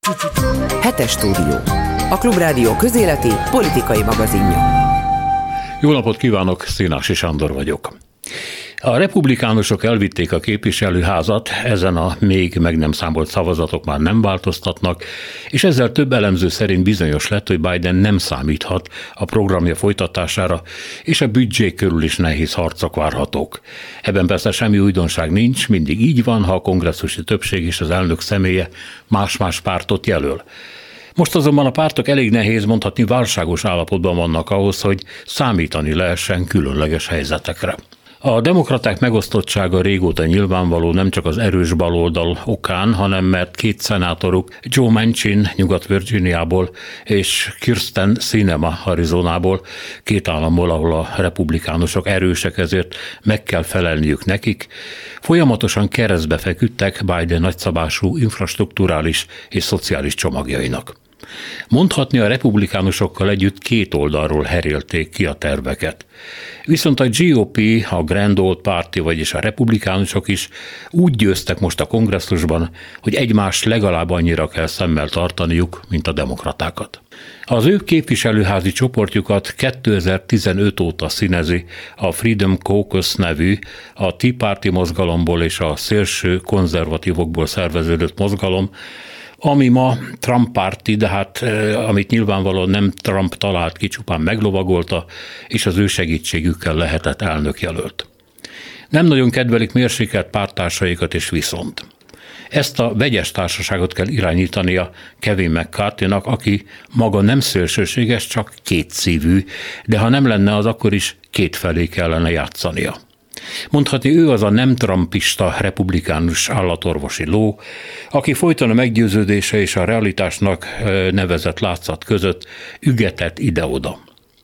Hetes stúdió. A Klubrádió közéleti politikai magazinja. Jó napot kívánok, Szénási Sándor vagyok. A republikánusok elvitték a képviselőházat, ezen a még meg nem számolt szavazatok már nem változtatnak, és ezzel több elemző szerint bizonyos lett, hogy Biden nem számíthat a programja folytatására, és a büdzsé körül is nehéz harcok várhatók. Ebben persze semmi újdonság nincs, mindig így van, ha a kongresszusi többség és az elnök személye más-más pártot jelöl. Most azonban a pártok elég nehéz, mondhatni válságos állapotban vannak ahhoz, hogy számítani lehessen különleges helyzetekre. A demokraták megosztottsága régóta nyilvánvaló nem csak az erős baloldal okán, hanem mert két szenátoruk, Joe Manchin Nyugat-Virginiából és Kyrsten Sinema Arizonából, két államból, ahol a republikánusok erősek, ezért meg kell felelniük nekik, folyamatosan keresztbe feküdtek Biden nagyszabású infrastrukturális és szociális csomagjainak. Mondhatni, a republikánusokkal együtt két oldalról herélték ki a terveket. Viszont a GOP, a Grand Old Party, vagyis a republikánusok is úgy győztek most a kongresszusban, hogy egymást legalább annyira kell szemmel tartaniuk, mint a demokratákat. Az ő képviselőházi csoportjukat 2015 óta színezi a Freedom Caucus nevű, a Tea Party mozgalomból és a szélső konzervatívokból szerveződött mozgalom, ami ma Trump párti, de hát amit nyilvánvalóan nem Trump talált ki, csupán meglovagolta, és az ő segítségükkel lehetett elnökjelölt. Nem nagyon kedvelik mérsékelt párttársaikat és viszont. Ezt a vegyes társaságot kell irányítania Kevin McCarthynak, aki maga nem szélsőséges, csak kétszívű, de ha nem lenne, az akkor is kétfelé kellene játszania. Mondhatni, ő az a nem trumpista republikánus állatorvosi ló, aki folyton a meggyőződése és a realitásnak nevezett látszat között ügetett ide-oda.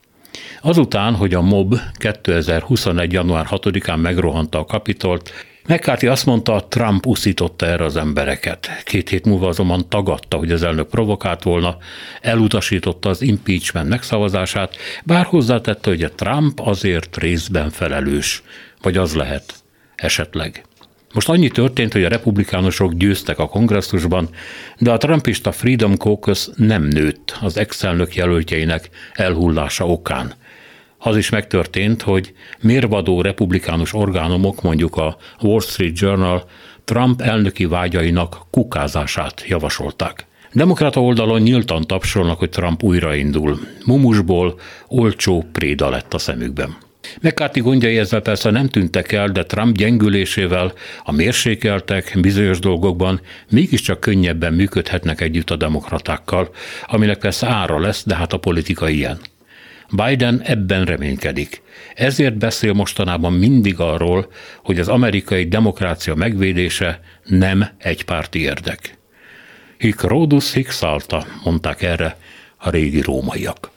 Azután, hogy a mob 2021. január 6-án megrohanta a Kapitolt, McCarthy azt mondta, Trump uszította erre az embereket. 2 hét múlva azonban tagadta, hogy az elnök provokált volna, elutasította az impeachment megszavazását, bár hozzátette, hogy a Trump azért részben felelős, vagy az lehet, esetleg. Most annyi történt, hogy a republikánusok győztek a kongresszusban, de a trumpista Freedom Caucus nem nőtt az ex-elnök jelöltjeinek elhullása okán. Az is megtörtént, hogy mérvadó republikánus orgánumok, mondjuk a Wall Street Journal, Trump elnöki vágyainak kukázását javasolták. Demokrata oldalon nyíltan tapsolnak, hogy Trump újraindul. Mumusból olcsó préda lett a szemükben. McCarthy gondjai ezzel persze nem tűntek el, de Trump gyengülésével a mérsékeltek bizonyos dolgokban mégiscsak könnyebben működhetnek együtt a demokratákkal, aminek persze ára lesz, de hát a politika ilyen. Biden ebben reménykedik. Ezért beszél mostanában mindig arról, hogy az amerikai demokrácia megvédése nem egypárti érdek. Hic Rhodus hic salta, mondták erre a régi rómaiak.